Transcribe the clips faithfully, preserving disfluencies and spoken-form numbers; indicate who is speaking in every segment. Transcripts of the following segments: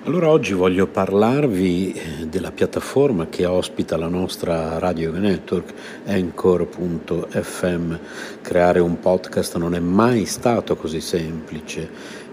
Speaker 1: Allora oggi voglio parlarvi eh, della piattaforma che ospita la nostra radio network, Anchor punto effe emme. Creare un podcast non è mai stato così semplice.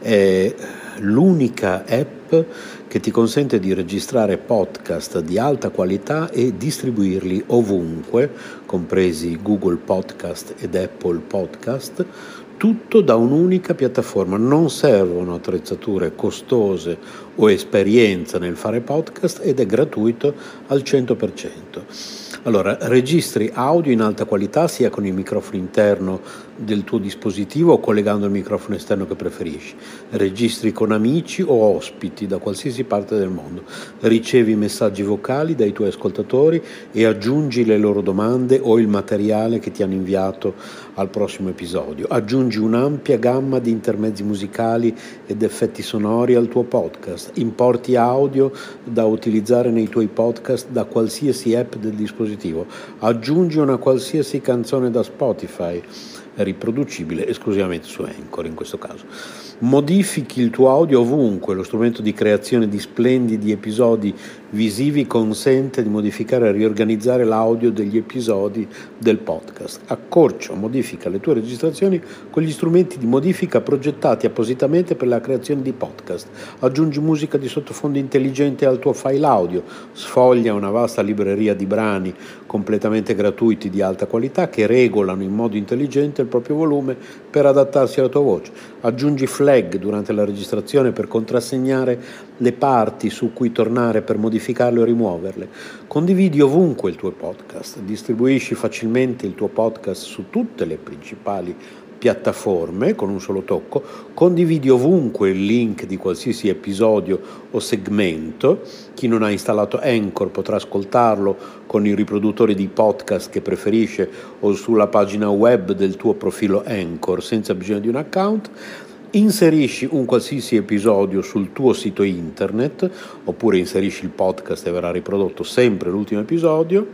Speaker 1: È l'unica app che ti consente di registrare podcast di alta qualità e distribuirli ovunque, compresi Google Podcast ed Apple Podcast, tutto da un'unica piattaforma. Non servono attrezzature costose o esperienza nel fare podcast ed è gratuito al cento per cento. Allora, registri audio in alta qualità sia con il microfono interno del tuo dispositivo o collegando il microfono esterno che preferisci. Registri con amici o ospiti da qualsiasi parte del mondo. Ricevi messaggi vocali dai tuoi ascoltatori e aggiungi le loro domande o il materiale che ti hanno inviato al prossimo episodio. Aggiungi un'ampia gamma di intermezzi musicali ed effetti sonori al tuo podcast. Importi audio da utilizzare nei tuoi podcast da qualsiasi app del dispositivo. Aggiungi una qualsiasi canzone da Spotify, riproducibile esclusivamente su Anchor in questo caso. Modifichi il tuo audio ovunque. Lo strumento di creazione di splendidi episodi visivi consente di modificare e riorganizzare l'audio degli episodi del podcast. Accorcia o modifica le tue registrazioni con gli strumenti di modifica progettati appositamente per la creazione di podcast. Aggiungi musica di sottofondo intelligente al tuo file audio. Sfoglia una vasta libreria di brani completamente gratuiti di alta qualità che regolano in modo intelligente il proprio volume per adattarsi alla tua voce. Aggiungi flag durante la registrazione per contrassegnare le parti su cui tornare per modificarle o rimuoverle. Condividi ovunque il tuo podcast, distribuisci facilmente il tuo podcast su tutte le principali piattaforme con un solo tocco, condividi ovunque il link di qualsiasi episodio o segmento. Chi non ha installato Anchor potrà ascoltarlo con i riproduttori di podcast che preferisce o sulla pagina web del tuo profilo Anchor senza bisogno di un account. Inserisci un qualsiasi episodio sul tuo sito internet oppure inserisci il podcast e verrà riprodotto sempre l'ultimo episodio.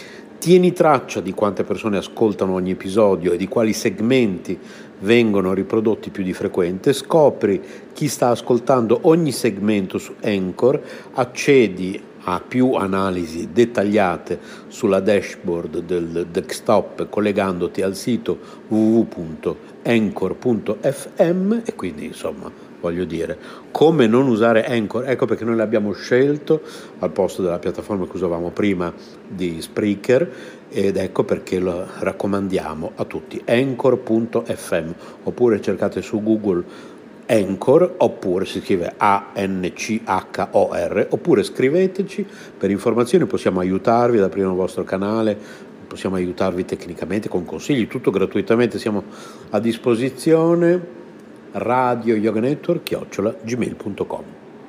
Speaker 1: Tieni traccia di quante persone ascoltano ogni episodio e di quali segmenti vengono riprodotti più di frequente. Scopri chi sta ascoltando ogni segmento su Anchor, accedi a più analisi dettagliate sulla dashboard del desktop collegandoti al sito w w w punto anchor punto effe emme e quindi insomma voglio dire come non usare Anchor. Ecco perché noi l'abbiamo scelto al posto della piattaforma che usavamo prima di Spreaker ed ecco perché lo raccomandiamo a tutti. Anchor punto effe emme oppure cercate su Google Anchor oppure si scrive A N C H O R oppure scriveteci per informazioni, possiamo aiutarvi ad aprire un vostro canale, possiamo aiutarvi tecnicamente con consigli, tutto gratuitamente, siamo a disposizione. Radio Yoga Network chiocciola gmail punto com.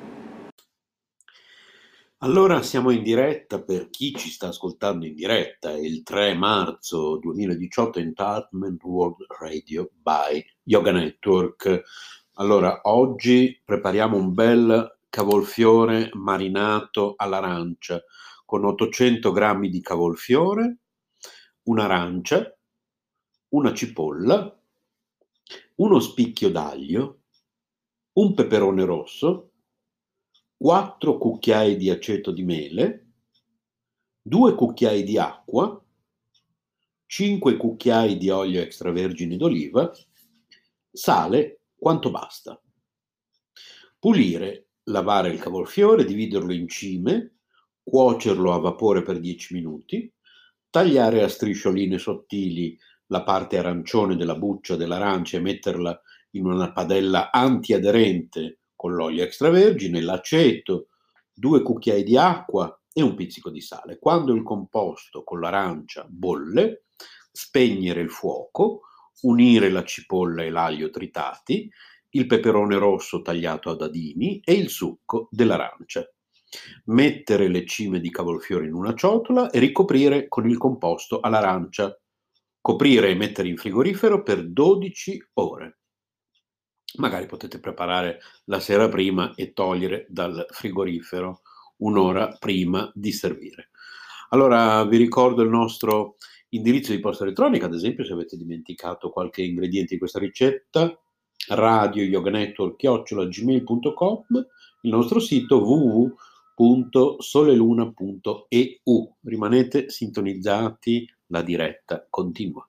Speaker 1: Allora siamo in diretta per chi ci sta ascoltando in diretta il tre marzo duemiladiciotto Entertainment World Radio by Yoga Network. Allora oggi prepariamo un bel cavolfiore marinato all'arancia con ottocento grammi di cavolfiore, un'arancia, una cipolla, uno spicchio d'aglio, un peperone rosso, quattro cucchiai di aceto di mele, due cucchiai di acqua, cinque cucchiai di olio extravergine d'oliva, sale quanto basta. Pulire, lavare il cavolfiore, dividerlo in cime, cuocerlo a vapore per dieci minuti, tagliare a striscioline sottili la parte arancione della buccia dell'arancia e metterla in una padella antiaderente con l'olio extravergine, l'aceto, due cucchiai di acqua e un pizzico di sale. Quando il composto con l'arancia bolle, spegnere il fuoco, unire la cipolla e l'aglio tritati, il peperone rosso tagliato a dadini e il succo dell'arancia. Mettere le cime di cavolfiore in una ciotola e ricoprire con il composto all'arancia. Coprire e mettere in frigorifero per dodici ore. Magari potete preparare la sera prima e togliere dal frigorifero un'ora prima di servire. Allora vi ricordo il nostro indirizzo di posta elettronica, ad esempio se avete dimenticato qualche ingrediente di questa ricetta, radio yoga network chiocciola gmail punto com, il nostro sito w w w punto soleluna punto e u. Rimanete sintonizzati, la diretta continua.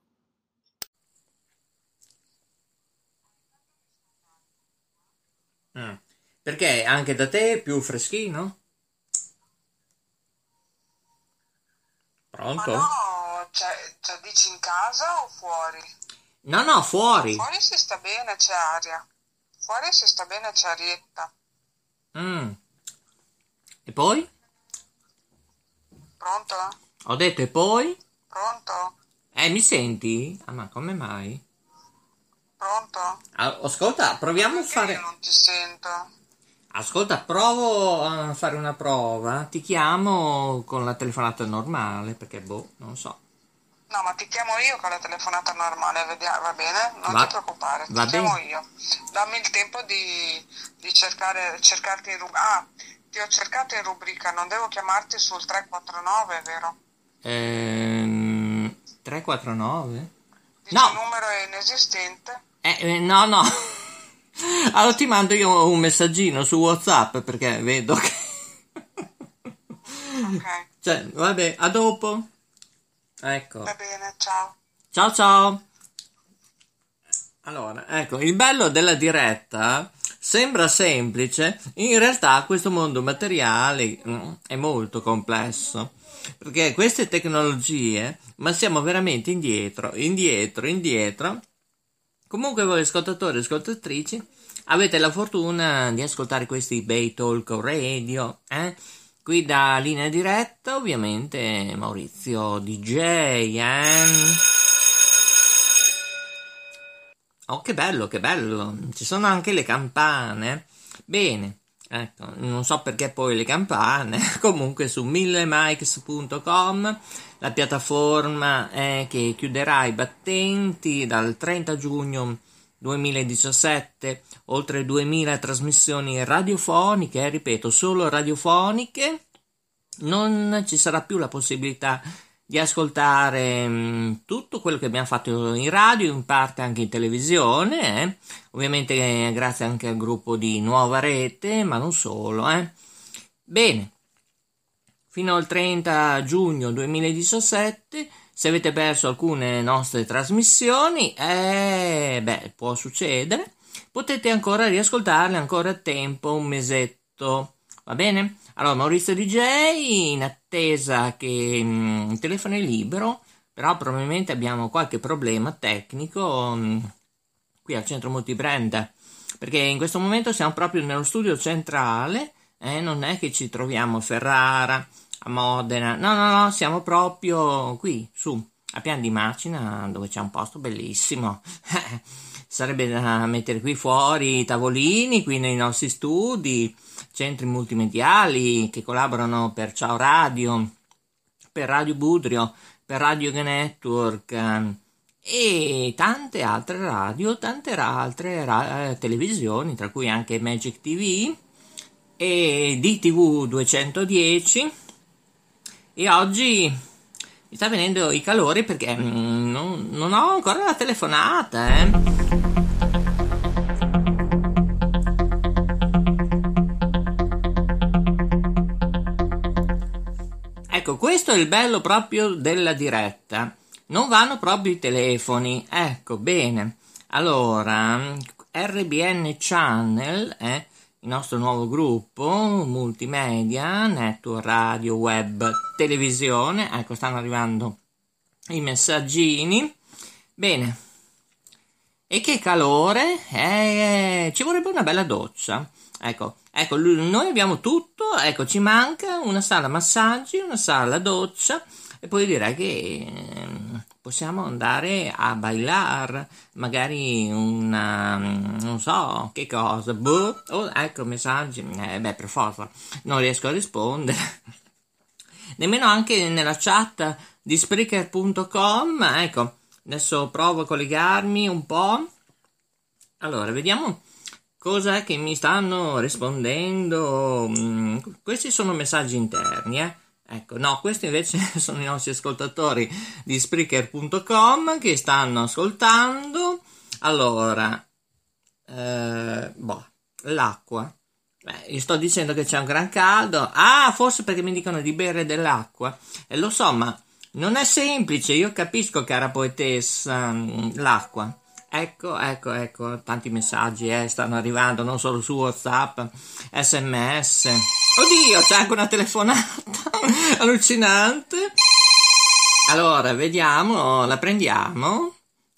Speaker 2: Mm. Perché anche da te è più freschino?
Speaker 3: Ma
Speaker 2: Pronto?
Speaker 3: no, cioè, cioè, dici in casa o fuori?
Speaker 2: No, no, fuori.
Speaker 3: Fuori si sta bene, c'è aria. Fuori si sta bene, c'è arietta.
Speaker 2: Mm. E poi?
Speaker 3: Pronto?
Speaker 2: Ho detto e poi?
Speaker 3: Pronto?
Speaker 2: Eh, mi senti? Ah, ma come mai?
Speaker 3: Pronto?
Speaker 2: Ah, ascolta, proviamo a
Speaker 3: Perché io
Speaker 2: fare...
Speaker 3: non ti sento?
Speaker 2: Ascolta, provo a fare una prova. Ti chiamo con la telefonata normale, perché boh, non so.
Speaker 3: No, ma ti chiamo io con la telefonata normale, vediamo, va bene? Non
Speaker 2: Va,
Speaker 3: ti preoccupare, ti
Speaker 2: va
Speaker 3: chiamo
Speaker 2: bene.
Speaker 3: io. Dammi il tempo di, di cercare, cercarti in rubrica. Ah, ti ho cercato in rubrica, non devo chiamarti sul tre quattro nove, vero?
Speaker 2: Ehm, tre quattro nove?
Speaker 3: Dice
Speaker 2: No,
Speaker 3: il numero è inesistente.
Speaker 2: eh, eh, no, no. Allora ti mando io un messaggino su WhatsApp perché vedo che...
Speaker 3: Ok,
Speaker 2: Cioè, vabbè, a dopo. Ecco.
Speaker 3: va bene, ciao.
Speaker 2: Ciao ciao. Allora, ecco, il bello della diretta sembra semplice, in realtà questo mondo materiale mm, è molto complesso, perché queste tecnologie, ma siamo veramente indietro, indietro, indietro. Comunque voi ascoltatori e ascoltatrici avete la fortuna di ascoltare questi bei talk radio, eh? Qui da linea diretta ovviamente Maurizio D J, eh? Oh, che bello, che bello. Ci sono anche le campane. Bene, ecco, non so perché poi le campane. Comunque su mille mics punto com, la piattaforma eh, che chiuderà i battenti dal trenta giugno duemiladiciassette, oltre duemila trasmissioni radiofoniche, ripeto, solo radiofoniche. Non ci sarà più la possibilità di ascoltare mh, tutto quello che abbiamo fatto in radio, in parte anche in televisione, eh? Ovviamente eh, grazie anche al gruppo di Nuova Rete, ma non solo. Eh? Bene, fino al trenta giugno duemiladiciassette, se avete perso alcune nostre trasmissioni, eh, beh, può succedere, potete ancora riascoltarle ancora a tempo, un mesetto, va bene? Allora, Maurizio D J, in attesa che mh, il telefono è libero, però probabilmente abbiamo qualche problema tecnico mh, qui al centro multibrand, perché in questo momento siamo proprio nello studio centrale, eh, non è che ci troviamo a Ferrara, a Modena, no, no, no, siamo proprio qui, su, a Pian di Macina, dove c'è un posto bellissimo. Sarebbe da mettere qui fuori i tavolini, qui nei nostri studi, centri multimediali che collaborano per Ciao Radio, per Radio Budrio, per Radio Network eh, e tante altre radio, tante altre ra- eh, televisioni, tra cui anche Magic T V e D T V duecentodieci. E oggi mi sta venendo i calori perché mm, non, non ho ancora la telefonata, eh. Ecco, questo è il bello proprio della diretta. Non vanno proprio i telefoni. Ecco, bene. Allora, R B N Channel è il nostro nuovo gruppo multimedia, network, radio, web, televisione. Ecco, stanno arrivando i messaggini. Bene. E che calore! Eh, ci vorrebbe una bella doccia. Ecco, ecco, noi abbiamo tutto, ecco, ci manca una sala massaggi, una sala doccia e poi direi che eh, possiamo andare a bailar, magari una, non so, che cosa, boh, oh, ecco, messaggi, eh, beh, per forza, non riesco a rispondere. Nemmeno anche nella chat di Spreaker punto com, ecco, adesso provo a collegarmi un po'. Allora, vediamo cosa che mi stanno rispondendo. Mm, questi sono messaggi interni, eh. Ecco, no, questi invece sono i nostri ascoltatori di Spreaker punto com che stanno ascoltando. Allora, eh, boh, l'acqua. Beh, io sto dicendo che c'è un gran caldo. Ah, forse perché mi dicono di bere dell'acqua. E lo so, ma non è semplice. Io capisco, cara poetessa, mm, l'acqua. Ecco, ecco, ecco, tanti messaggi eh, stanno arrivando, non solo su WhatsApp, sms. Oddio, c'è anche una telefonata. Allucinante. Allora, vediamo, la prendiamo.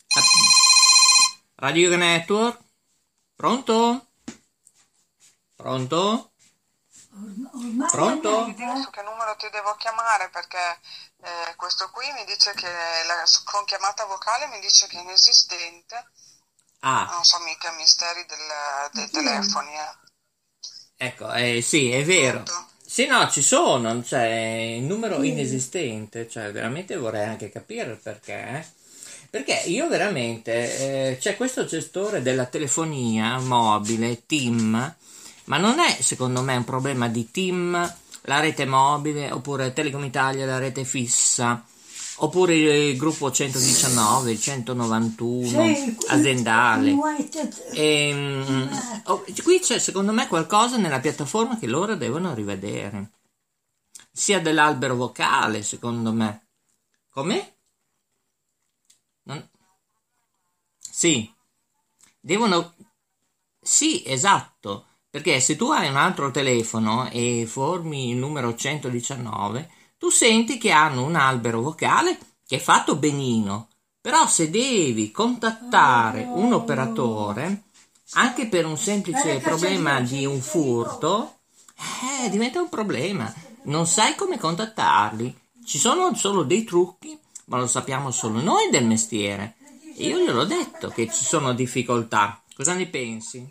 Speaker 2: Radio Network. Pronto? Pronto? Pronto?
Speaker 3: Su che numero ti devo chiamare, perché eh, questo qui mi dice che la, con chiamata vocale mi dice che è inesistente.
Speaker 2: Ah.
Speaker 3: Non so mica i misteri del, dei telefoni. Eh.
Speaker 2: Ecco, eh, sì, è vero.
Speaker 3: Pronto?
Speaker 2: Sì, no, ci sono, cioè, il numero inesistente, cioè, veramente vorrei anche capire il perché. eh. Perché io veramente, eh, c'è questo gestore della telefonia mobile, TIM, ma non è secondo me un problema di TIM, la rete mobile, oppure Telecom Italia, la rete fissa, oppure il gruppo centodiciannove, il centonovantuno, aziendale. E, oh, qui c'è secondo me qualcosa nella piattaforma che loro devono rivedere, sia dell'albero vocale, secondo me. Come? Non... Sì, devono... Sì, esatto. Perché se tu hai un altro telefono e formi il numero centodiciannove, tu senti che hanno un albero vocale che è fatto benino, però se devi contattare un operatore, anche per un semplice problema di un furto, eh, diventa un problema. Non sai come contattarli. Ci sono solo dei trucchi, ma lo sappiamo solo noi del mestiere. E io gliel'ho detto che ci sono difficoltà. Cosa ne pensi?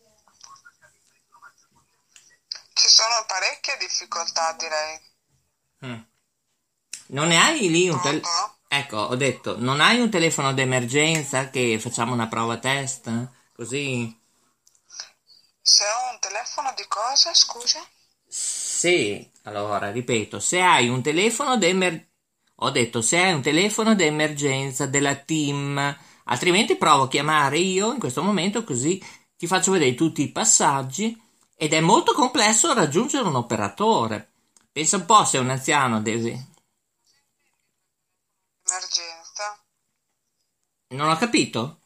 Speaker 3: Ci sono parecchie difficoltà, direi.
Speaker 2: Mm. Non ne hai lì un telefono?
Speaker 3: Pronto?
Speaker 2: Ecco, ho detto, non hai un telefono d'emergenza che facciamo una prova test? Così?
Speaker 3: Se ho un telefono di cosa, scusa?
Speaker 2: Sì, allora, ripeto, se hai un telefono d'emergenza, ho detto, se hai un telefono d'emergenza della TIM, altrimenti provo a chiamare io in questo momento, così ti faccio vedere tutti i passaggi, ed è molto complesso raggiungere un operatore. Pensa un po', se un anziano deve...
Speaker 3: Emergenza.
Speaker 2: Non ho capito?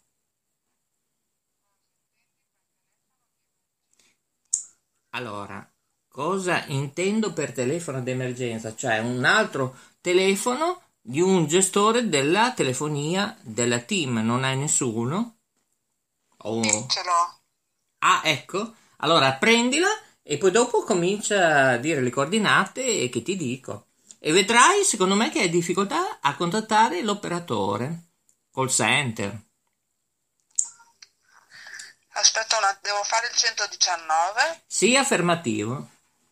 Speaker 2: Allora, cosa intendo per telefono d'emergenza? Cioè un altro telefono di un gestore della telefonia della TIM. Non hai nessuno? Oh.
Speaker 3: Sì, ce l'ho.
Speaker 2: Ah, ecco. Allora prendila e poi dopo comincia a dire le coordinate e che ti dico. E vedrai, secondo me, che hai difficoltà a contattare l'operatore. Call center.
Speaker 3: Aspetta un attimo, devo fare il centodiciannove?
Speaker 2: Sì, affermativo.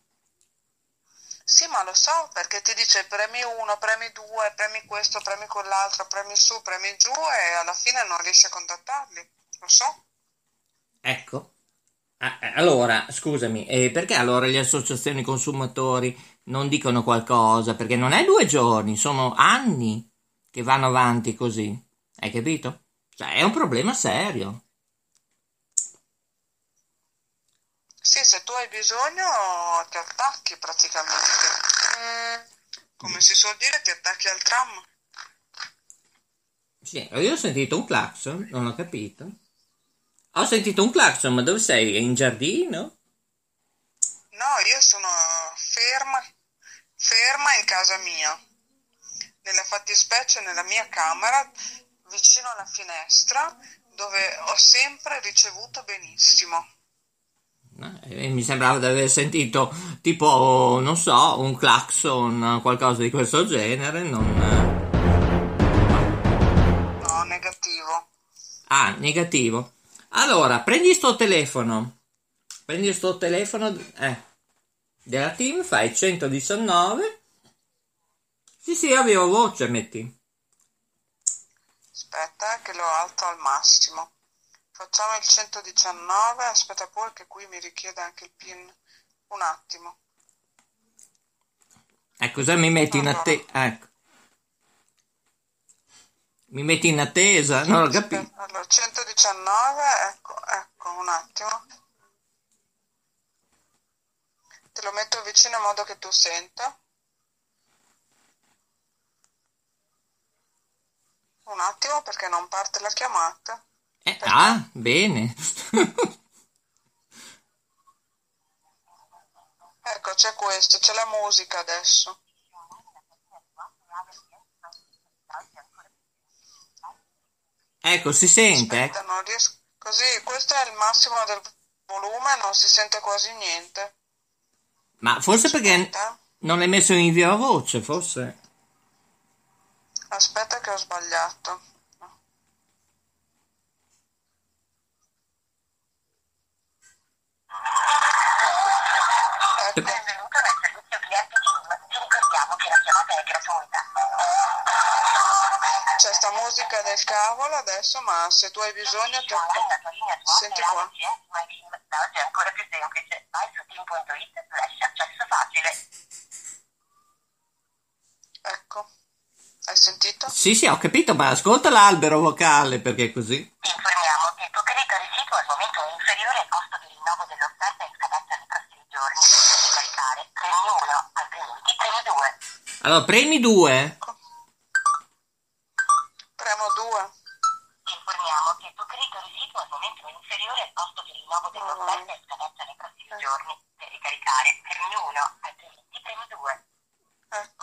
Speaker 3: Sì, ma lo so, perché ti dice premi uno, premi due, premi questo, premi quell'altro, premi su, premi giù e alla fine non riesci a contattarli. Lo so.
Speaker 2: Ecco. Ah, eh, allora, scusami, eh, perché allora le associazioni consumatori non dicono qualcosa? Perché non è due giorni, sono anni che vanno avanti così. Hai capito? Cioè, è un problema serio.
Speaker 3: Sì, se tu hai bisogno ti attacchi praticamente. Come si suol dire, ti attacchi al tram.
Speaker 2: Sì, io ho sentito un clacson, non ho capito. Ho sentito un clacson, ma dove sei? In giardino?
Speaker 3: No, io sono ferma, ferma in casa mia. Nella fattispecie nella mia camera, vicino alla finestra, dove ho sempre ricevuto benissimo.
Speaker 2: Eh, mi sembrava di aver sentito tipo, non so, un clacson, qualcosa di questo genere, non...
Speaker 3: No, negativo.
Speaker 2: Ah, negativo. Allora, prendi sto telefono, prendi sto telefono, eh, della TIM, fai centodiciannove, sì sì, avevo voce, metti.
Speaker 3: Aspetta che lo alzo al massimo. Facciamo il centodiciannove, aspetta pure che qui mi richiede anche il PIN. Un attimo.
Speaker 2: E cosa mi metti in
Speaker 3: Allora.
Speaker 2: attesa? Ecco. Mi metti in attesa? Non ho capito.
Speaker 3: Aspetta, allora, centodiciannove, ecco, ecco, un attimo. lo metto vicino in modo che tu senta. Un attimo perché non parte la chiamata.
Speaker 2: Eh, ah, bene.
Speaker 3: Ecco, c'è questo, c'è la musica adesso.
Speaker 2: Ecco, si sente.
Speaker 3: Aspetta, non riesco. Così, questo è il massimo del volume, non si sente quasi niente.
Speaker 2: Ma forse perché
Speaker 3: Aspetta.
Speaker 2: non l'hai messo in viva voce, forse.
Speaker 3: Aspetta che ho sbagliato. Ecco.
Speaker 4: Benvenuto nel servizio clienti Team. Vi ricordiamo che la chiamata è gratuita.
Speaker 3: C'è sta musica del cavolo adesso, ma se tu hai bisogno te... Senti qua.
Speaker 4: Ma da oggi è ancora più semplice. Vai su team punto it slash accesso facile.
Speaker 3: Ecco. Hai sentito?
Speaker 2: Sì, sì, ho capito, ma ascolta l'albero vocale, perché così.
Speaker 4: Ti informiamo che il tuo credito residuo al momento è inferiore al costo di rinnovo dell'offerta in scadenza nei prossimi giorni. Per ricaricare, premi uno, altrimenti premi due.
Speaker 2: Allora, premi due.
Speaker 3: Premo due.
Speaker 4: Ti informiamo che il tuo credito residuo al momento è inferiore al costo di rinnovo dell'offerta in scadenza nei prossimi giorni. Per ricaricare, premi uno, altrimenti premi due.
Speaker 3: Ecco.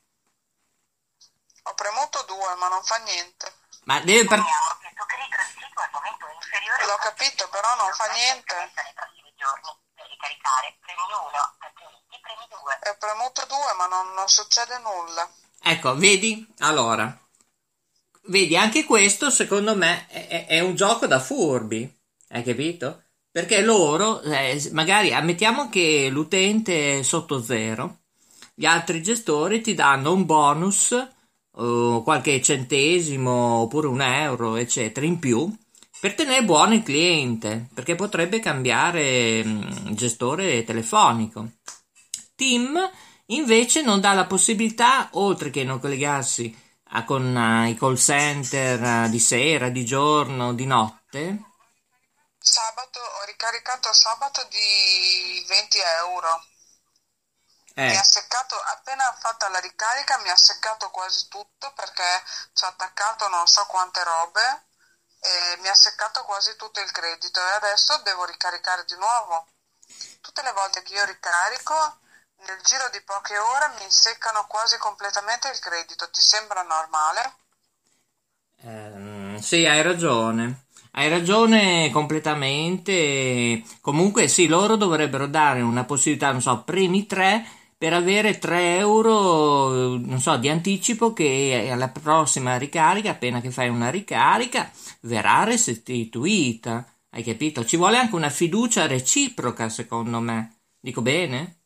Speaker 3: Ho premuto due, ma non fa niente.
Speaker 2: Ma deve par-
Speaker 4: Informiamo che il tuo credito residuo al momento è inferiore al
Speaker 3: L'ho
Speaker 4: costo
Speaker 3: capito,
Speaker 4: di
Speaker 3: però non fa
Speaker 4: rinnovo
Speaker 3: niente.
Speaker 4: dell'offerta in scadenza nei prossimi giorni. Per ricaricare, premi uno, altrimenti premi due.
Speaker 3: Ho premuto due, ma non, non succede nulla.
Speaker 2: Ecco, vedi? Allora, vedi, anche questo secondo me è, è- è un gioco da furbi, hai capito? Perché loro, eh, magari ammettiamo che l'utente è sotto zero, gli altri gestori ti danno un bonus, o qualche centesimo oppure un euro, eccetera, in più per tenere buono il cliente, perché potrebbe cambiare mm, gestore telefonico. Team invece non dà la possibilità, oltre che non collegarsi a- con eh, i call center eh, di sera, di giorno, di notte.
Speaker 3: Sabato, ho ricaricato sabato di venti euro. Mi
Speaker 2: Eh,
Speaker 3: ha seccato, appena fatta la ricarica mi ha seccato quasi tutto perché ci ha attaccato non so quante robe e mi ha seccato quasi tutto il credito e adesso devo ricaricare di nuovo. Tutte le volte che io ricarico, nel giro di poche ore mi seccano quasi completamente il credito. Ti sembra normale?
Speaker 2: ehm, sì, hai ragione. Hai ragione completamente. Comunque sì, loro dovrebbero dare una possibilità, non so, premi tre per avere tre euro, eh, non so, di anticipo che alla prossima ricarica, appena che fai una ricarica, verrà restituita. Hai capito? Ci vuole anche una fiducia reciproca, secondo me. Dico bene?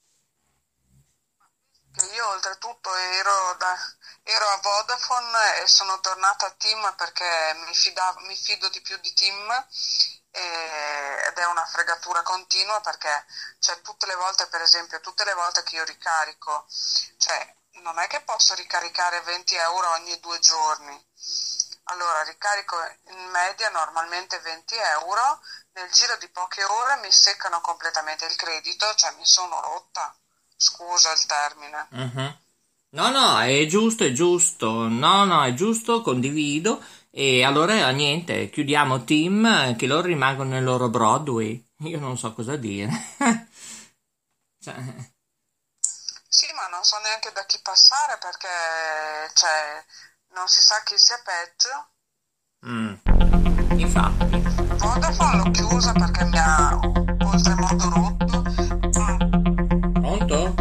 Speaker 3: Che io oltretutto ero, da, ero a Vodafone e sono tornata a Team perché mi, fida- mi fido di più di Team e- ed è una fregatura continua perché cioè, tutte le volte, per esempio, tutte le volte che io ricarico, cioè non è che posso ricaricare venti euro ogni due giorni. Allora ricarico in media normalmente venti euro, nel giro di poche ore mi seccano completamente il credito, cioè mi sono rotta. Scusa il termine.
Speaker 2: Mhm. No, no, è giusto, è giusto. No, no, è giusto, condivido. E allora niente, chiudiamo Team, eh, che loro rimangono nel loro Broadway. Io non so cosa dire. Cioè,
Speaker 3: Sì, ma non so neanche da chi passare perché cioè, non si sa chi sia peggio.
Speaker 2: mm, infatti.
Speaker 3: Vodafone l'ho chiusa perché mi ha oltremodo rotto. Mm.
Speaker 2: Pronto?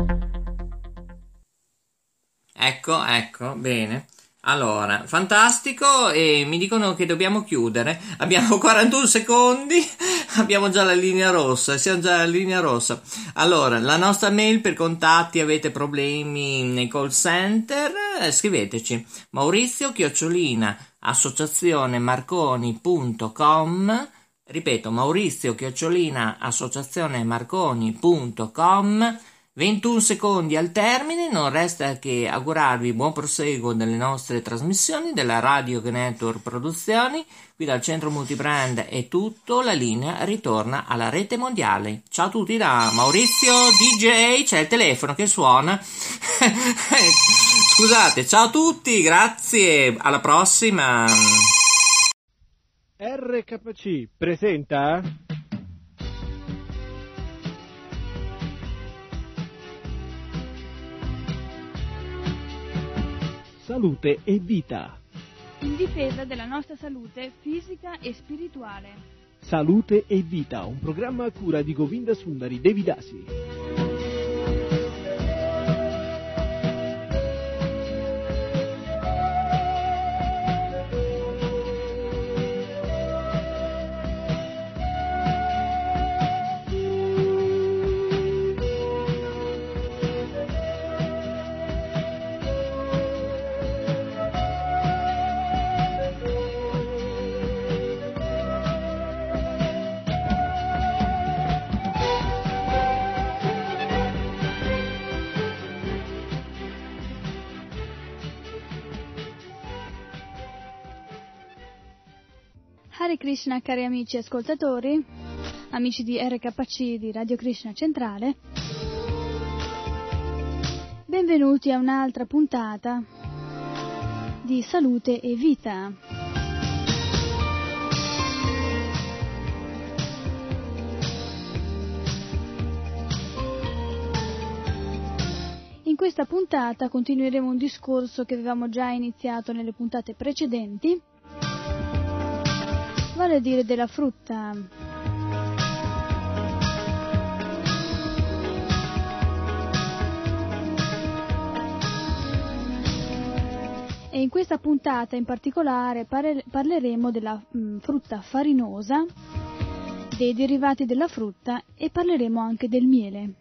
Speaker 2: Ecco, ecco, bene. Allora, fantastico, e mi dicono che dobbiamo chiudere. Abbiamo quarantuno secondi, abbiamo già la linea rossa, siamo già alla linea rossa. Allora, la nostra mail per contatti, avete problemi nei call center, eh, scriveteci Maurizio chiocciolina associazione marconi punto com. Ripeto, Maurizio chiocciolina associazione marconi punto com. ventuno secondi al termine, non resta che augurarvi buon proseguo delle nostre trasmissioni della Radio Network Produzioni. Qui dal centro multibrand è tutto, la linea ritorna alla rete mondiale. Ciao a tutti da Maurizio D J, c'è il telefono che suona. Scusate, ciao a tutti, grazie, alla prossima.
Speaker 5: R K C presenta Salute e Vita.
Speaker 6: In difesa della nostra salute fisica e spirituale.
Speaker 5: Salute e Vita, un programma a cura di Govinda Sundari Devidasi.
Speaker 6: Hare Krishna, cari amici ascoltatori, amici di R K C di Radio Krishna Centrale, benvenuti a un'altra puntata di Salute e Vita. In questa puntata continueremo un discorso che avevamo già iniziato nelle puntate precedenti, vale a dire della frutta. E in questa puntata in particolare parleremo della mh, frutta farinosa, dei derivati della frutta e parleremo anche del miele.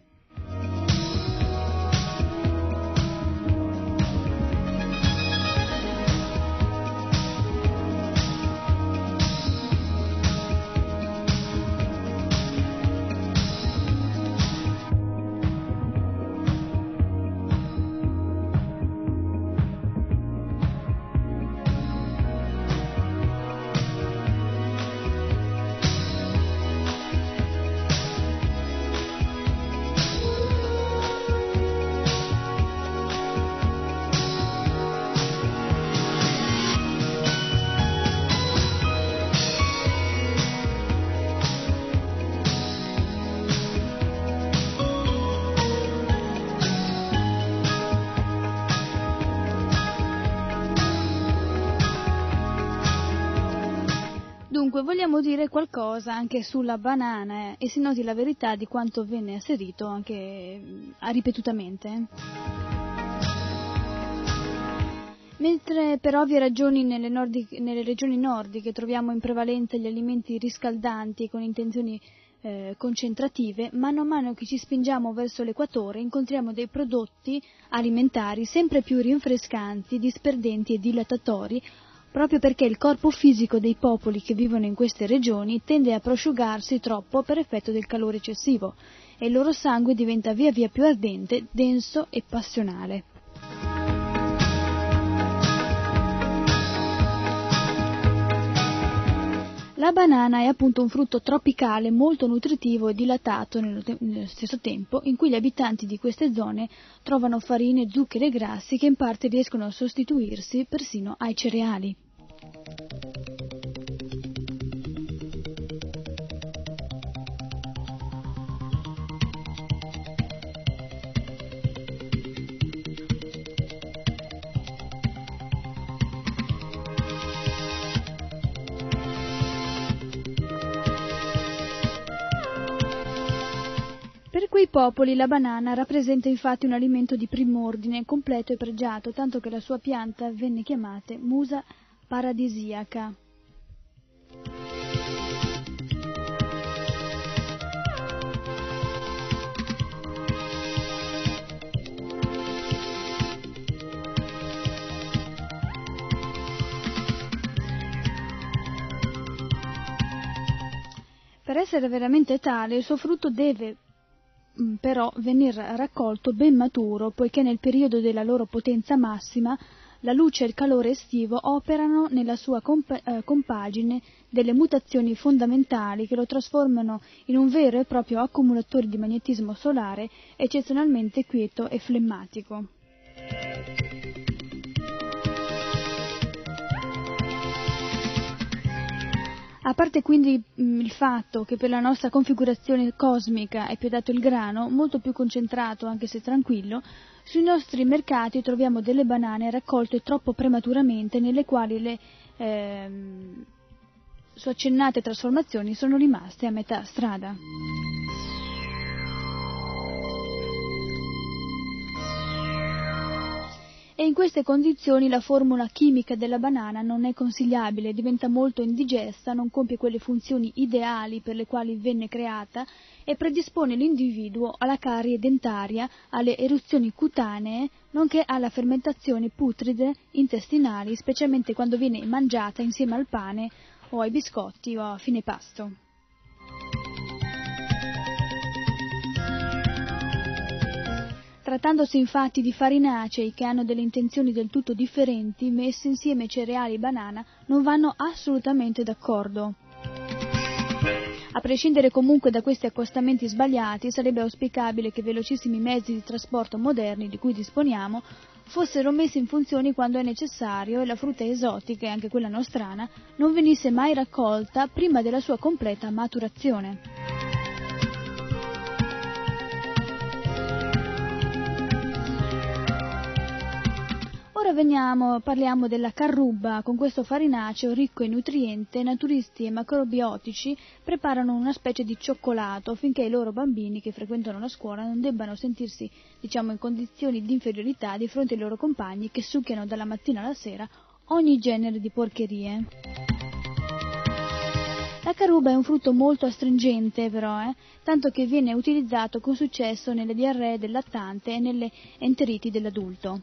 Speaker 6: Dunque, vogliamo dire qualcosa anche sulla banana eh, e si noti la verità di quanto venne asserito anche eh, ripetutamente. Mentre per ovvie ragioni nelle, nordiche, nelle regioni nordiche troviamo in prevalenza gli alimenti riscaldanti con intenzioni eh, concentrative, mano a mano che ci spingiamo verso l'equatore incontriamo dei prodotti alimentari sempre più rinfrescanti, disperdenti e dilatatori, proprio perché il corpo fisico dei popoli che vivono in queste regioni tende a prosciugarsi troppo per effetto del calore eccessivo e il loro sangue diventa via via più ardente, denso e passionale. La banana è appunto un frutto tropicale molto nutritivo e dilatato nello, te- nello stesso tempo, in cui gli abitanti di queste zone trovano farine, zuccheri e grassi che in parte riescono a sostituirsi persino ai cereali. Per quei popoli la banana rappresenta infatti un alimento di prim'ordine, completo e pregiato, tanto che la sua pianta venne chiamata musa paradisiaca. Per essere veramente tale, il suo frutto deve mh, però venir raccolto ben maturo, poiché nel periodo della loro potenza massima la luce e il calore estivo operano nella sua comp- eh, compagine delle mutazioni fondamentali che lo trasformano in un vero e proprio accumulatore di magnetismo solare eccezionalmente quieto e flemmatico. A parte quindi mh, il fatto che per la nostra configurazione cosmica è più dato il grano, molto più concentrato anche se tranquillo, sui nostri mercati troviamo delle banane raccolte troppo prematuramente, nelle quali le ehm, su accennate trasformazioni sono rimaste a metà strada. E in queste condizioni la formula chimica della banana non è consigliabile, diventa molto indigesta, non compie quelle funzioni ideali per le quali venne creata e predispone l'individuo alla carie dentaria, alle eruzioni cutanee, nonché alla fermentazione putride intestinali, specialmente quando viene mangiata insieme al pane o ai biscotti o a fine pasto. Trattandosi infatti di farinacei che hanno delle intenzioni del tutto differenti, messi insieme cereali e banana non vanno assolutamente d'accordo. A prescindere comunque da questi accostamenti sbagliati, sarebbe auspicabile che velocissimi mezzi di trasporto moderni di cui disponiamo fossero messi in funzione quando è necessario e la frutta esotica, e anche quella nostrana, non venisse mai raccolta prima della sua completa maturazione. Ora veniamo, parliamo della carruba. Con questo farinaceo ricco in nutriente, naturisti e macrobiotici preparano una specie di cioccolato affinché i loro bambini che frequentano la scuola non debbano sentirsi, diciamo, in condizioni di inferiorità di fronte ai loro compagni che succhiano dalla mattina alla sera ogni genere di porcherie. La carruba è un frutto molto astringente però, eh, tanto che viene utilizzato con successo nelle diarree del lattante e nelle enteriti dell'adulto.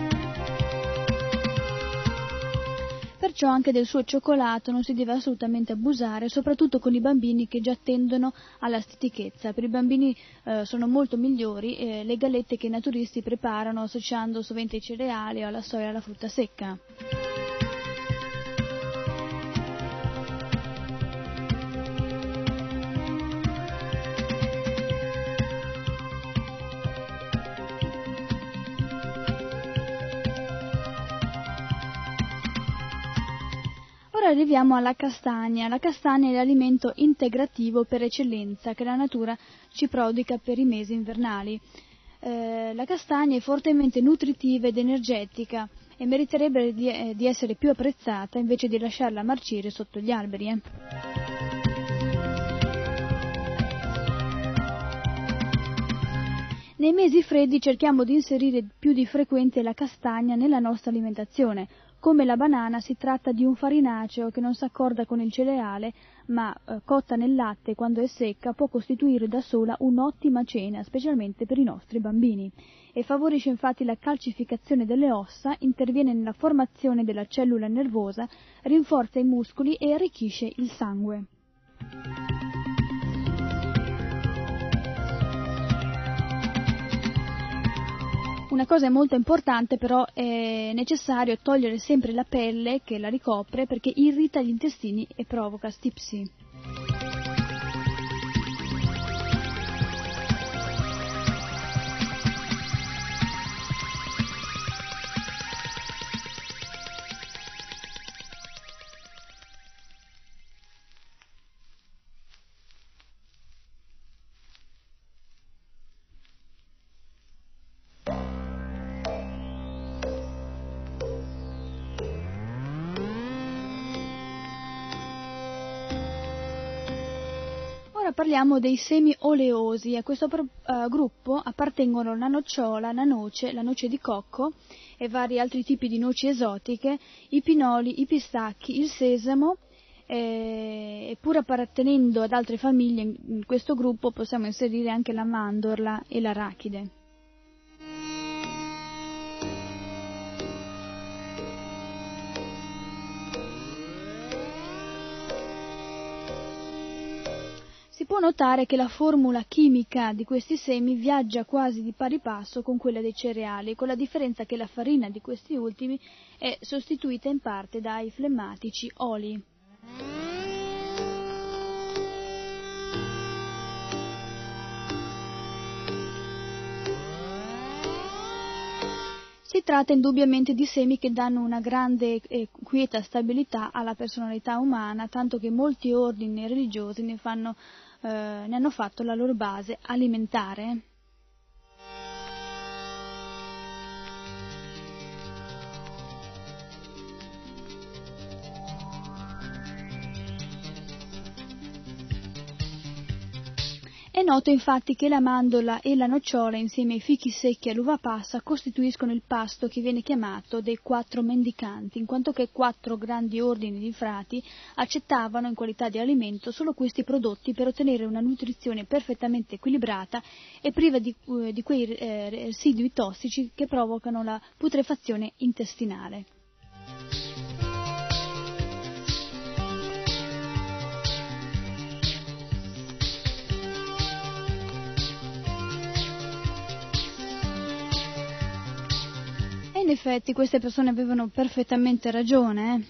Speaker 6: Perciò anche del suo cioccolato non si deve assolutamente abusare, soprattutto con i bambini che già tendono alla stitichezza. Per i bambini eh, sono molto migliori eh, le gallette che i naturisti preparano associando sovente ai cereali o alla soia e alla frutta secca. Ora arriviamo alla castagna. La castagna è l'alimento integrativo per eccellenza che la natura ci prodiga per i mesi invernali. Eh, la castagna è fortemente nutritiva ed energetica e meriterebbe di, eh, di essere più apprezzata invece di lasciarla marcire sotto gli alberi. Eh. Nei mesi freddi cerchiamo di inserire più di frequente la castagna nella nostra alimentazione. Come la banana si tratta di un farinaceo che non si accorda con il cereale, ma eh, cotta nel latte quando è secca può costituire da sola un'ottima cena, specialmente per i nostri bambini. E favorisce infatti la calcificazione delle ossa, interviene nella formazione della cellula nervosa, rinforza i muscoli e arricchisce il sangue. Una cosa molto importante però è necessario togliere sempre la pelle che la ricopre perché irrita gli intestini e provoca stipsi. Parliamo dei semi oleosi. A questo pro, uh, gruppo appartengono la nocciola, la noce, la noce di cocco e vari altri tipi di noci esotiche, i pinoli, i pistacchi, il sesamo, e pur appartenendo ad altre famiglie in questo gruppo possiamo inserire anche la mandorla e l'arachide. Si può notare che la formula chimica di questi semi viaggia quasi di pari passo con quella dei cereali, con la differenza che la farina di questi ultimi è sostituita in parte dai flemmatici oli. Si tratta indubbiamente di semi che danno una grande e quieta stabilità alla personalità umana, tanto che molti ordini religiosi ne, fanno, eh, ne hanno fatto la loro base alimentare. È noto infatti che la mandola e la nocciola insieme ai fichi secchi e all'uva passa costituiscono il pasto che viene chiamato dei quattro mendicanti, in quanto che quattro grandi ordini di frati accettavano in qualità di alimento solo questi prodotti per ottenere una nutrizione perfettamente equilibrata e priva di, eh, di quei eh, residui tossici che provocano la putrefazione intestinale. In effetti queste persone avevano perfettamente ragione, eh?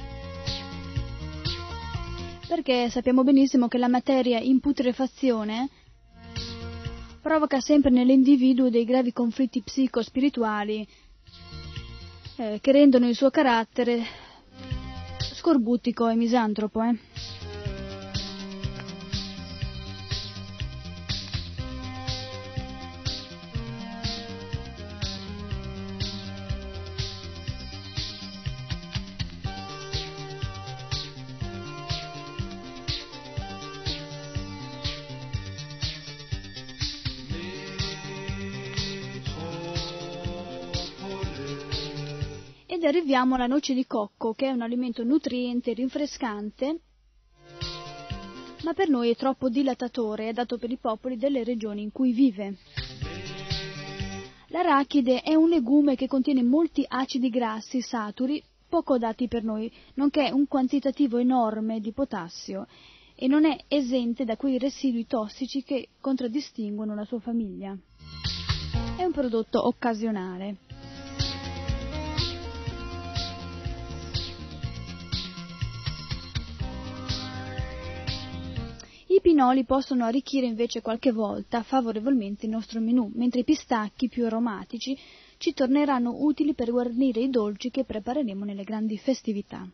Speaker 6: Perché sappiamo benissimo che la materia in putrefazione provoca sempre nell'individuo dei gravi conflitti psicospirituali eh, che rendono il suo carattere scorbutico e misantropo. Eh? Ed arriviamo alla noce di cocco, che è un alimento nutriente e rinfrescante, ma per noi è troppo dilatatore, è dato per i popoli delle regioni in cui vive. L'arachide è un legume che contiene molti acidi grassi saturi, poco adatti per noi, nonché un quantitativo enorme di potassio, e non è esente da quei residui tossici che contraddistinguono la sua famiglia. È un prodotto occasionale. I pinoli possono arricchire invece qualche volta favorevolmente il nostro menù, mentre i pistacchi più aromatici ci torneranno utili per guarnire i dolci che prepareremo nelle grandi festività.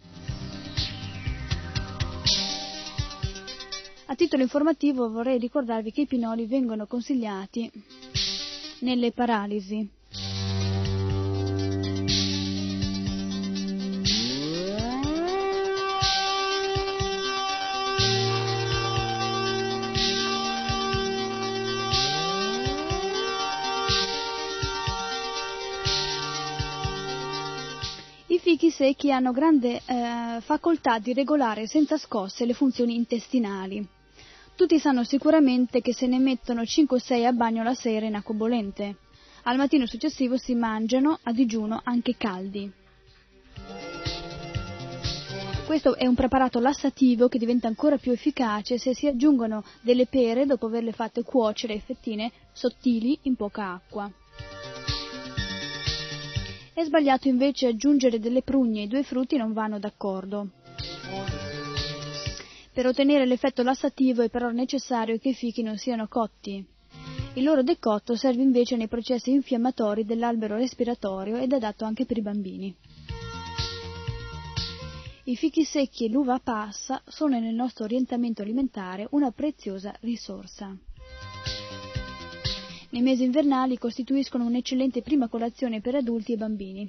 Speaker 6: A titolo informativo vorrei ricordarvi che i pinoli vengono consigliati nelle paralisi. I fichi secchi hanno grande eh, facoltà di regolare senza scosse le funzioni intestinali. Tutti sanno sicuramente che se ne mettono cinque o sei a bagno la sera in acqua bollente. Al mattino successivo si mangiano a digiuno anche caldi. Questo è un preparato lassativo che diventa ancora più efficace se si aggiungono delle pere dopo averle fatte cuocere a fettine sottili in poca acqua. È sbagliato invece aggiungere delle prugne, i due frutti non vanno d'accordo. Per ottenere l'effetto lassativo è però necessario che i fichi non siano cotti. Il loro decotto serve invece nei processi infiammatori dell'albero respiratorio ed è adatto anche per i bambini. I fichi secchi e l'uva passa sono nel nostro orientamento alimentare una preziosa risorsa. Nei mesi invernali costituiscono un'eccellente prima colazione per adulti e bambini.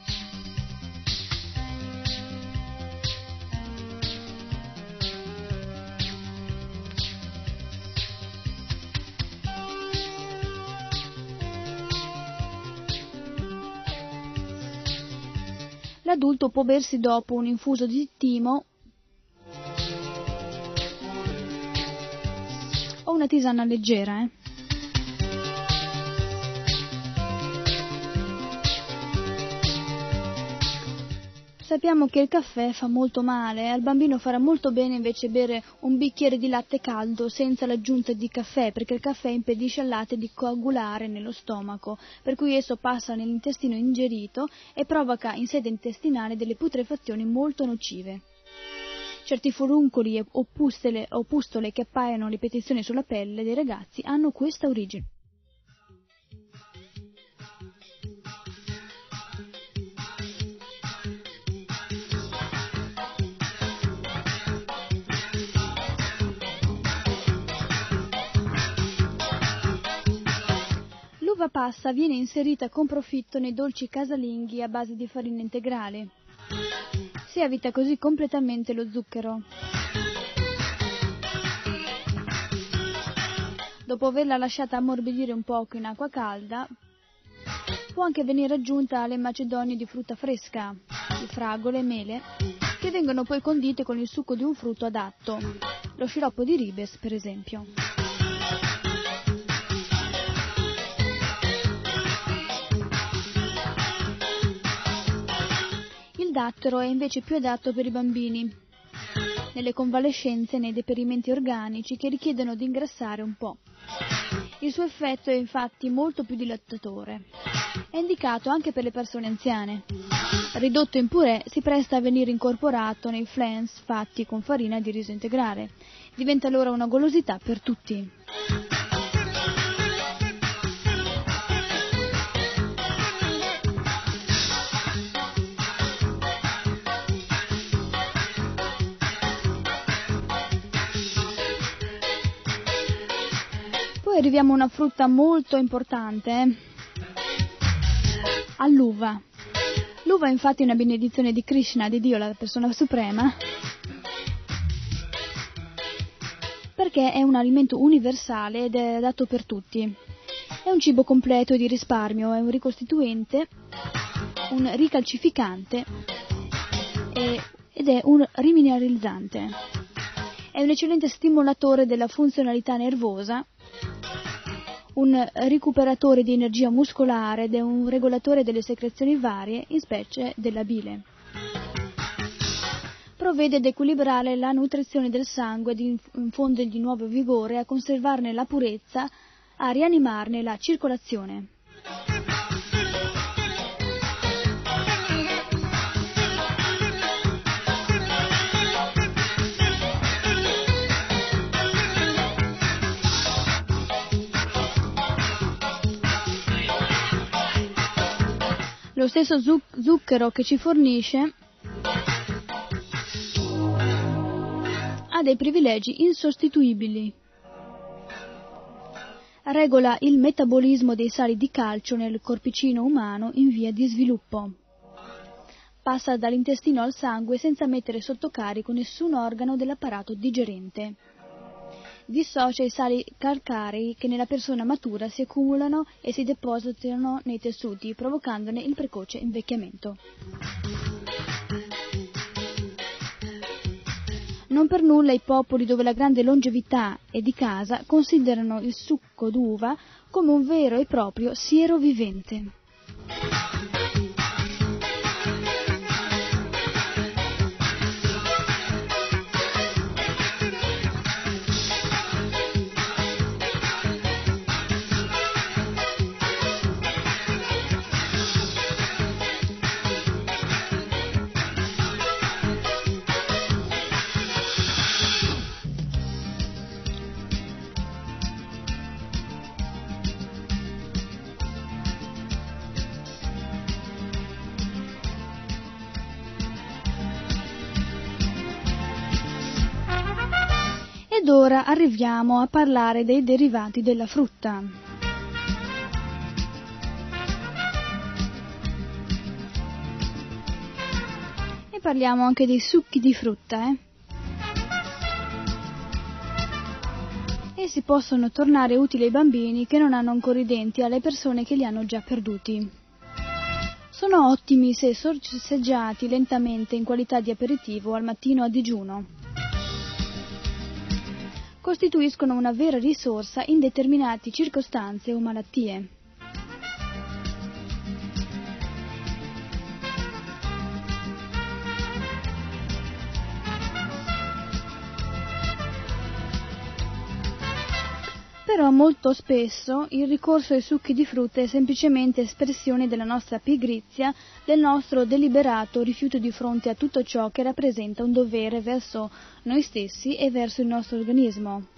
Speaker 6: L'adulto può bersi dopo un infuso di timo o una tisana leggera, eh? sappiamo che il caffè fa molto male, al bambino farà molto bene invece bere un bicchiere di latte caldo senza l'aggiunta di caffè, perché il caffè impedisce al latte di coagulare nello stomaco, per cui esso passa nell'intestino ingerito e provoca in sede intestinale delle putrefazioni molto nocive. Certi furuncoli o pustole, o pustole che appaiono a ripetizione sulla pelle dei ragazzi hanno questa origine. L'uva passa viene inserita con profitto nei dolci casalinghi a base di farina integrale. Si evita così completamente lo zucchero. Dopo averla lasciata ammorbidire un poco in acqua calda, può anche venire aggiunta alle macedonie di frutta fresca, di fragole e mele, che vengono poi condite con il succo di un frutto adatto, lo sciroppo di ribes per esempio. Il dattero è invece più adatto per i bambini, nelle convalescenze e nei deperimenti organici che richiedono di ingrassare un po'. Il suo effetto è infatti molto più dilattatore. È indicato anche per le persone anziane. Ridotto in purè, si presta a venire incorporato nei flans fatti con farina di riso integrale. Diventa allora una golosità per tutti. Poi arriviamo a una frutta molto importante, eh? all'uva. L'uva è infatti una benedizione di Krishna, di Dio, la persona suprema, perché è un alimento universale ed è adatto per tutti. È un cibo completo e di risparmio, è un ricostituente, un ricalcificante e, ed è un rimineralizzante. È un eccellente stimolatore della funzionalità nervosa, un recuperatore di energia muscolare ed è un regolatore delle secrezioni varie, in specie della bile. Provvede ad equilibrare la nutrizione del sangue, ad infondergli nuovo vigore, a conservarne la purezza, a rianimarne la circolazione. Lo stesso zucchero che ci fornisce ha dei privilegi insostituibili. Regola il metabolismo dei sali di calcio nel corpicino umano in via di sviluppo. Passa dall'intestino al sangue senza mettere sotto carico nessun organo dell'apparato digerente. Dissocia i sali calcarei che nella persona matura si accumulano e si depositano nei tessuti, provocandone il precoce invecchiamento. Non per nulla i popoli dove la grande longevità è di casa considerano il succo d'uva come un vero e proprio siero vivente. Ed ora arriviamo a parlare dei derivati della frutta. E parliamo anche dei succhi di frutta, eh? Essi possono tornare utili ai bambini che non hanno ancora i denti, alle persone che li hanno già perduti. Sono ottimi se sorseggiati lentamente in qualità di aperitivo al mattino a digiuno. Costituiscono una vera risorsa in determinate circostanze o malattie. Però molto spesso il ricorso ai succhi di frutta è semplicemente espressione della nostra pigrizia, del nostro deliberato rifiuto di fronte a tutto ciò che rappresenta un dovere verso noi stessi e verso il nostro organismo.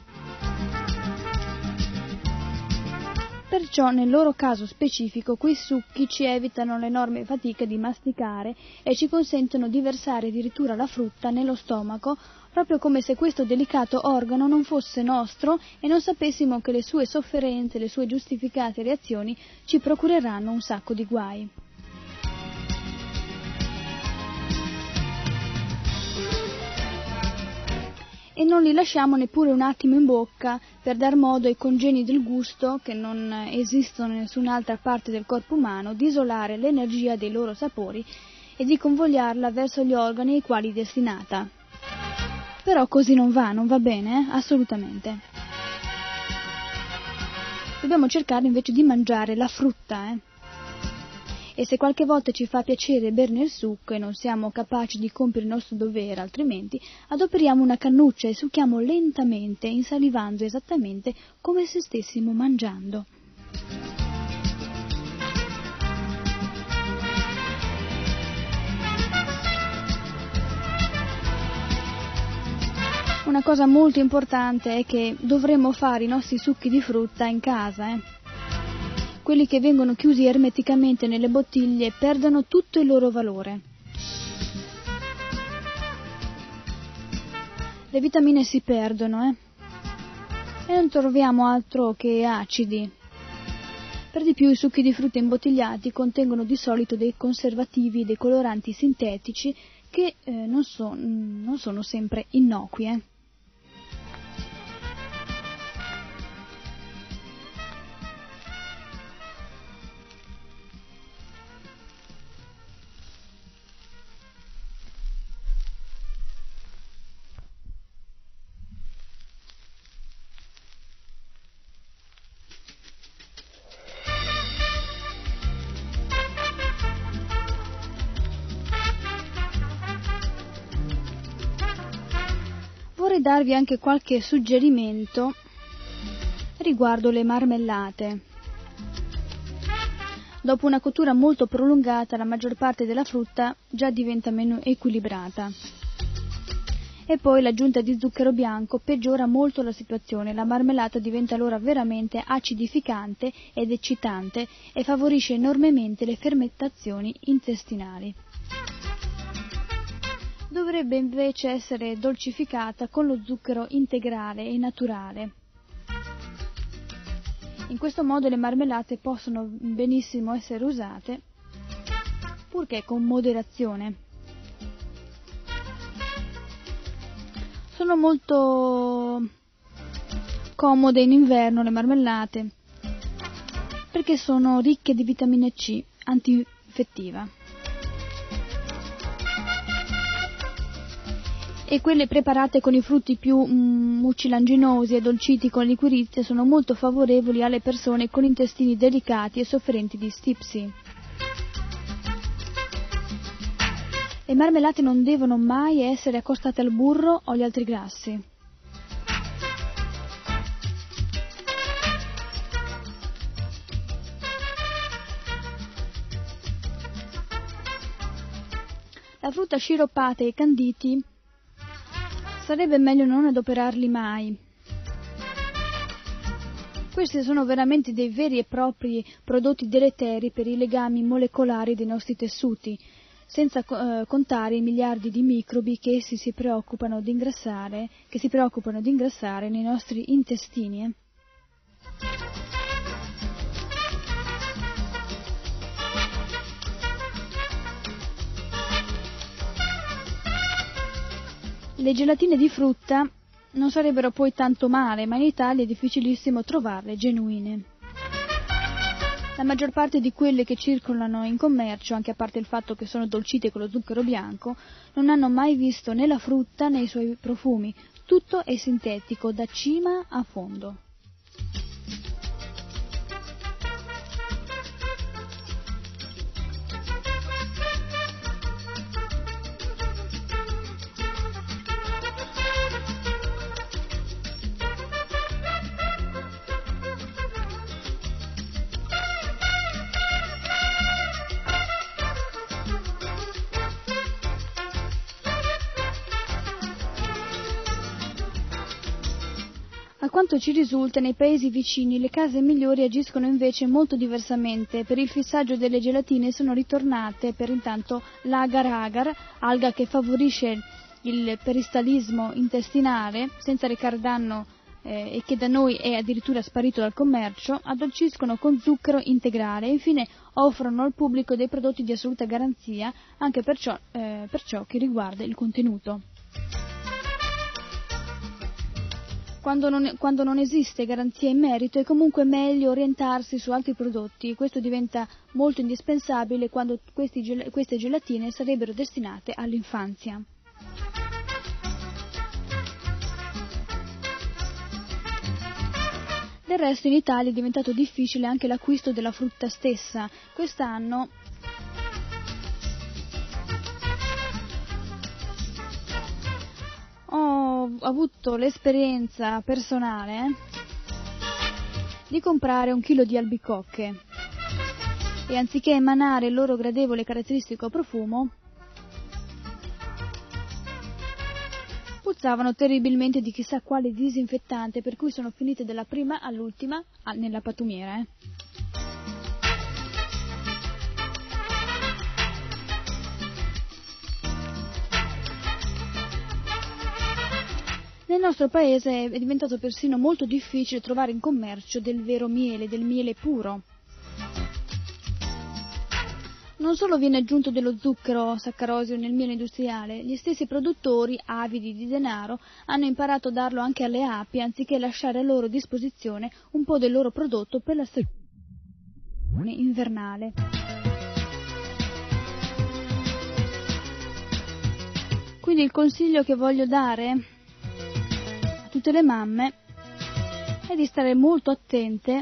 Speaker 6: Perciò nel loro caso specifico quei succhi ci evitano l'enorme fatica di masticare e ci consentono di versare addirittura la frutta nello stomaco, proprio come se questo delicato organo non fosse nostro e non sapessimo che le sue sofferenze, le sue giustificate reazioni ci procureranno un sacco di guai. E non li lasciamo neppure un attimo in bocca per dar modo ai congeni del gusto, che non esistono in nessun'altra parte del corpo umano, di isolare l'energia dei loro sapori e di convogliarla verso gli organi ai quali è destinata. Però così non va, non va bene, eh? Assolutamente. Dobbiamo cercare invece di mangiare la frutta, eh? E se qualche volta ci fa piacere berne il succo e non siamo capaci di compiere il nostro dovere, altrimenti adoperiamo una cannuccia e succhiamo lentamente, insalivando esattamente come se stessimo mangiando. Una cosa molto importante è che dovremmo fare i nostri succhi di frutta in casa, eh? Quelli che vengono chiusi ermeticamente nelle bottiglie perdono tutto il loro valore. Le vitamine si perdono, eh? E non troviamo altro che acidi. Per di più i succhi di frutta imbottigliati contengono di solito dei conservativi, dei coloranti sintetici che eh, non, so, non sono sempre innocui, eh? Vorrei darvi anche qualche suggerimento riguardo le marmellate. Dopo una cottura molto prolungata, la maggior parte della frutta già diventa meno equilibrata. E poi l'aggiunta di zucchero bianco peggiora molto la situazione. La marmellata diventa allora veramente acidificante ed eccitante e favorisce enormemente le fermentazioni intestinali. Dovrebbe invece essere dolcificata con lo zucchero integrale e naturale. In questo modo le marmellate possono benissimo essere usate, purché con moderazione. Sono molto comode in inverno le marmellate, perché sono ricche di vitamina C, antinfettiva. E quelle preparate con i frutti più mm, mucilaginosi e dolciti con liquirizia sono molto favorevoli alle persone con intestini delicati e sofferenti di stipsi. Le marmellate non devono mai essere accostate al burro o agli altri grassi. La frutta sciroppata e i canditi sarebbe meglio non adoperarli mai. Questi sono veramente dei veri e propri prodotti deleteri per i legami molecolari dei nostri tessuti, senza eh, contare i miliardi di microbi che essi si preoccupano di ingrassare, che si preoccupano di ingrassare nei nostri intestini. Eh. Le gelatine di frutta non sarebbero poi tanto male, ma in Italia è difficilissimo trovarle genuine. La maggior parte di quelle che circolano in commercio, anche a parte il fatto che sono dolcite con lo zucchero bianco, non hanno mai visto né la frutta né i suoi profumi. Tutto è sintetico, da cima a fondo. A quanto ci risulta, nei paesi vicini le case migliori agiscono invece molto diversamente. Per il fissaggio delle gelatine sono ritornate per intanto l'agar-agar, alga che favorisce il peristaltismo intestinale senza recare danno eh, e che da noi è addirittura sparito dal commercio, addolciscono con zucchero integrale e infine offrono al pubblico dei prodotti di assoluta garanzia anche per ciò, eh, per ciò che riguarda il contenuto. Quando non, quando non esiste garanzia in merito è comunque meglio orientarsi su altri prodotti. Questo diventa molto indispensabile quando questi, queste gelatine sarebbero destinate all'infanzia. Del resto in Italia è diventato difficile anche l'acquisto della frutta stessa. Quest'anno ho avuto l'esperienza personale eh, di comprare un chilo di albicocche e anziché emanare il loro gradevole caratteristico profumo puzzavano terribilmente di chissà quale disinfettante, per cui sono finite dalla prima all'ultima nella pattumiera. Eh. Nel nostro paese è diventato persino molto difficile trovare in commercio del vero miele, del miele puro. Non solo viene aggiunto dello zucchero saccarosio nel miele industriale, gli stessi produttori, avidi di denaro, hanno imparato a darlo anche alle api, anziché lasciare a loro disposizione un po' del loro prodotto per la stagione invernale. Quindi il consiglio che voglio dare a tutte le mamme è di stare molto attente,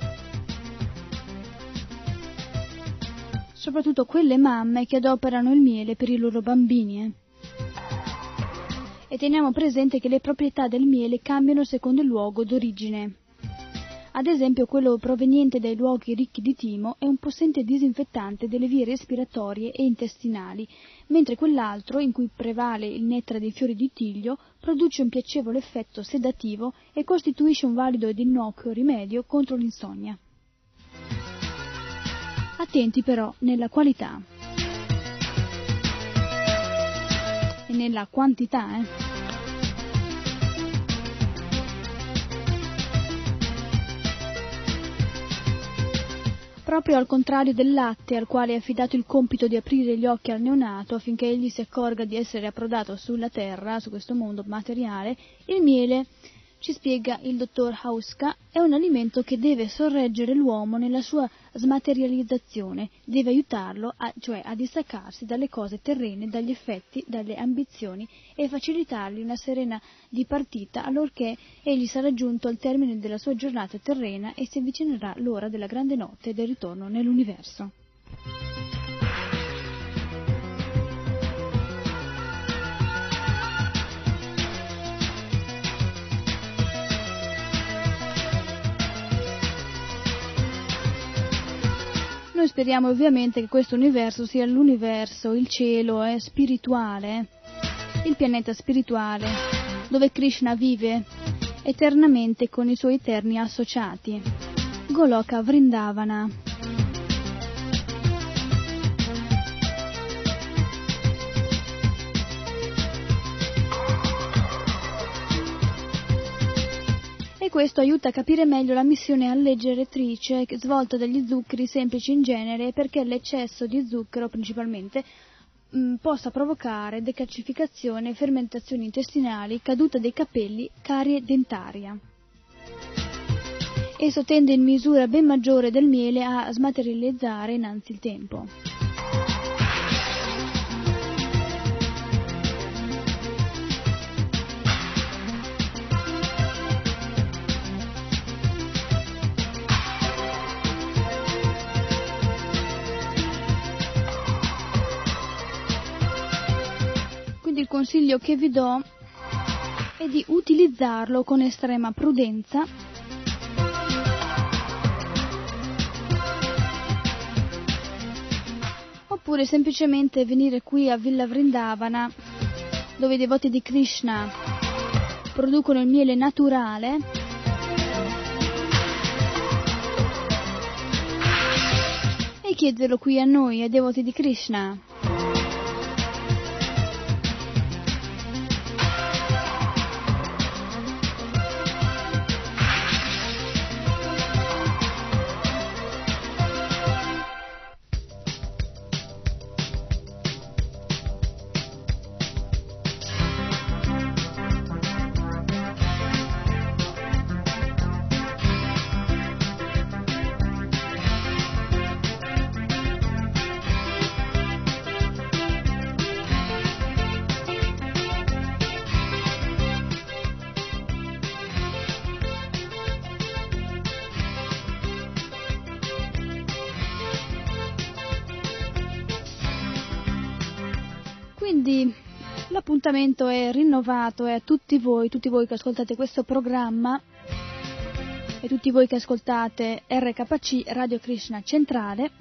Speaker 6: soprattutto quelle mamme che adoperano il miele per i loro bambini. Eh. E teniamo presente che le proprietà del miele cambiano secondo il luogo d'origine. Ad esempio, quello proveniente dai luoghi ricchi di timo è un possente disinfettante delle vie respiratorie e intestinali, mentre quell'altro, in cui prevale il nettare dei fiori di tiglio, produce un piacevole effetto sedativo e costituisce un valido ed innocuo rimedio contro l'insonnia. Attenti però nella qualità e nella quantità, eh. Proprio al contrario del latte, al quale è affidato il compito di aprire gli occhi al neonato affinché egli si accorga di essere approdato sulla terra, su questo mondo materiale, il miele, ci spiega il dottor Hauska, è un alimento che deve sorreggere l'uomo nella sua smaterializzazione, deve aiutarlo a, cioè a distaccarsi dalle cose terrene, dagli effetti, dalle ambizioni e facilitargli una serena dipartita allorché egli sarà giunto al termine della sua giornata terrena e si avvicinerà l'ora della grande notte e del ritorno nell'universo. Noi speriamo ovviamente che questo universo sia l'universo, il cielo è spirituale, il pianeta spirituale, dove Krishna vive eternamente con i suoi eterni associati. Goloka Vrindavana. E questo aiuta a capire meglio la missione alleggeretrice svolta dagli zuccheri semplici in genere, perché l'eccesso di zucchero principalmente mh, possa provocare decalcificazione, fermentazioni intestinali, caduta dei capelli, carie dentaria. Esso tende in misura ben maggiore del miele a smaterializzare innanzi il tempo. Il consiglio che vi do è di utilizzarlo con estrema prudenza oppure semplicemente venire qui a Villa Vrindavana, dove i devoti di Krishna producono il miele naturale e chiederlo qui a noi, ai devoti di Krishna. Quindi l'appuntamento è rinnovato e a tutti voi, tutti voi che ascoltate questo programma e tutti voi che ascoltate R K C Radio Krishna Centrale,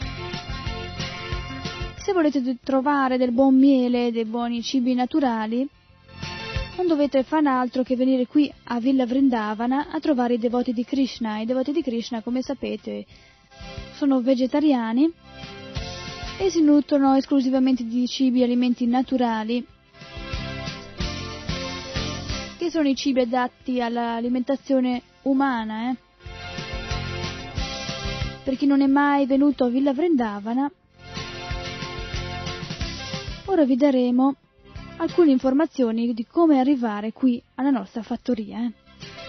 Speaker 6: se volete trovare del buon miele, dei buoni cibi naturali, non dovete fare altro che venire qui a Villa Vrindavana a trovare i devoti di Krishna. I devoti di Krishna, come sapete, sono vegetariani e si nutrono esclusivamente di cibi e alimenti naturali, che sono i cibi adatti all'alimentazione umana. Eh? Per chi non è mai venuto a Villa Vrindavana, ora vi daremo alcune informazioni di come arrivare qui alla nostra fattoria. Eh?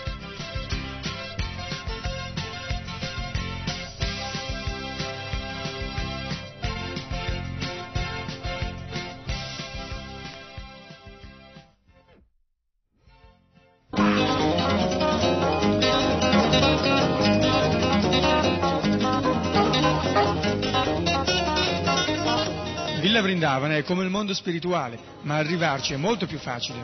Speaker 7: Villa Vrindavana è come il mondo spirituale, ma arrivarci è molto più facile.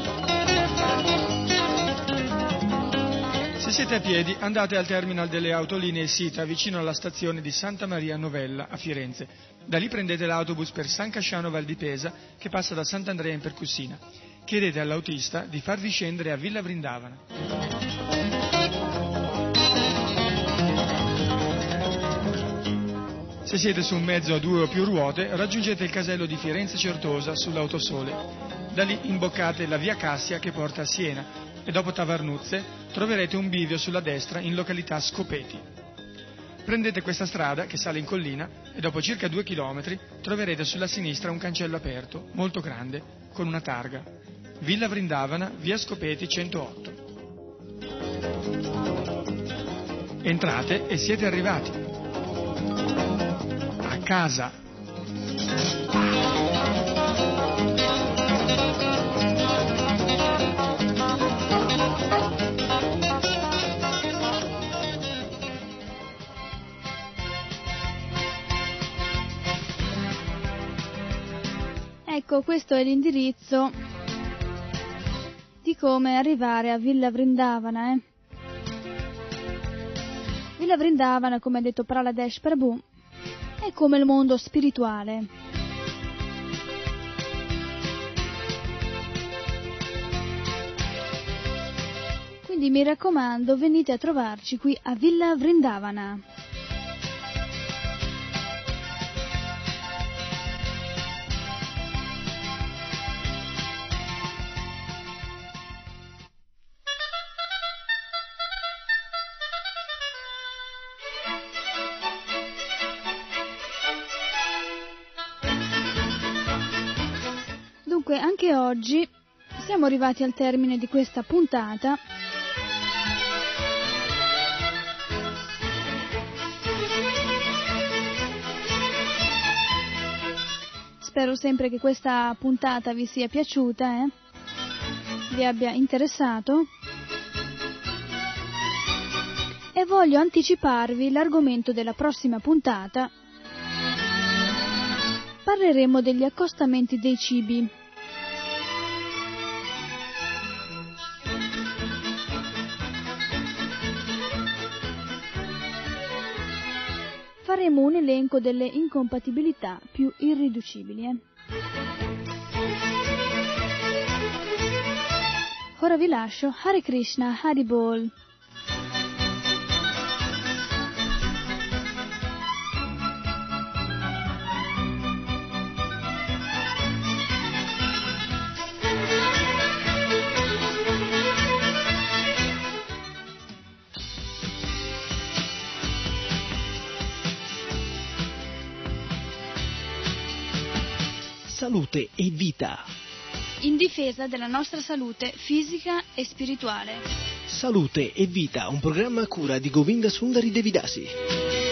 Speaker 7: Se siete a piedi, andate al terminal delle autolinee Sita, vicino alla stazione di Santa Maria Novella a Firenze. Da lì prendete l'autobus per San Casciano Val di Pesa, che passa da Sant'Andrea in Percussina. Chiedete all'autista di farvi scendere a Villa Vrindavana. Se siete su un mezzo a due o più ruote, raggiungete il casello di Firenze Certosa sull'Autosole. Da lì imboccate la via Cassia che porta a Siena e dopo Tavarnuzze troverete un bivio sulla destra in località Scopeti. Prendete questa strada che sale in collina e dopo circa due chilometri troverete sulla sinistra un cancello aperto, molto grande, con una targa. Villa Vrindavana, via Scopeti centootto. Entrate e siete arrivati. Casa.
Speaker 6: Ecco, questo è l'indirizzo di come arrivare a Villa Vrindavana. Eh? Villa Vrindavana, come ha detto Praladesh Prabhu, è come il mondo spirituale. Quindi mi raccomando, venite a trovarci qui a Villa Vrindavana. Dunque, anche oggi siamo arrivati al termine di questa puntata. Spero sempre che questa puntata vi sia piaciuta, eh? vi abbia interessato. E voglio anticiparvi l'argomento della prossima puntata. Parleremo degli accostamenti dei cibi. Faremo un elenco delle incompatibilità più irriducibili. Eh? Ora vi lascio. Hare Krishna, Hari Bol.
Speaker 5: Salute e vita.
Speaker 6: In difesa della nostra salute fisica e spirituale.
Speaker 5: Salute e vita, un programma a cura di Govinda Sundari Devidasi.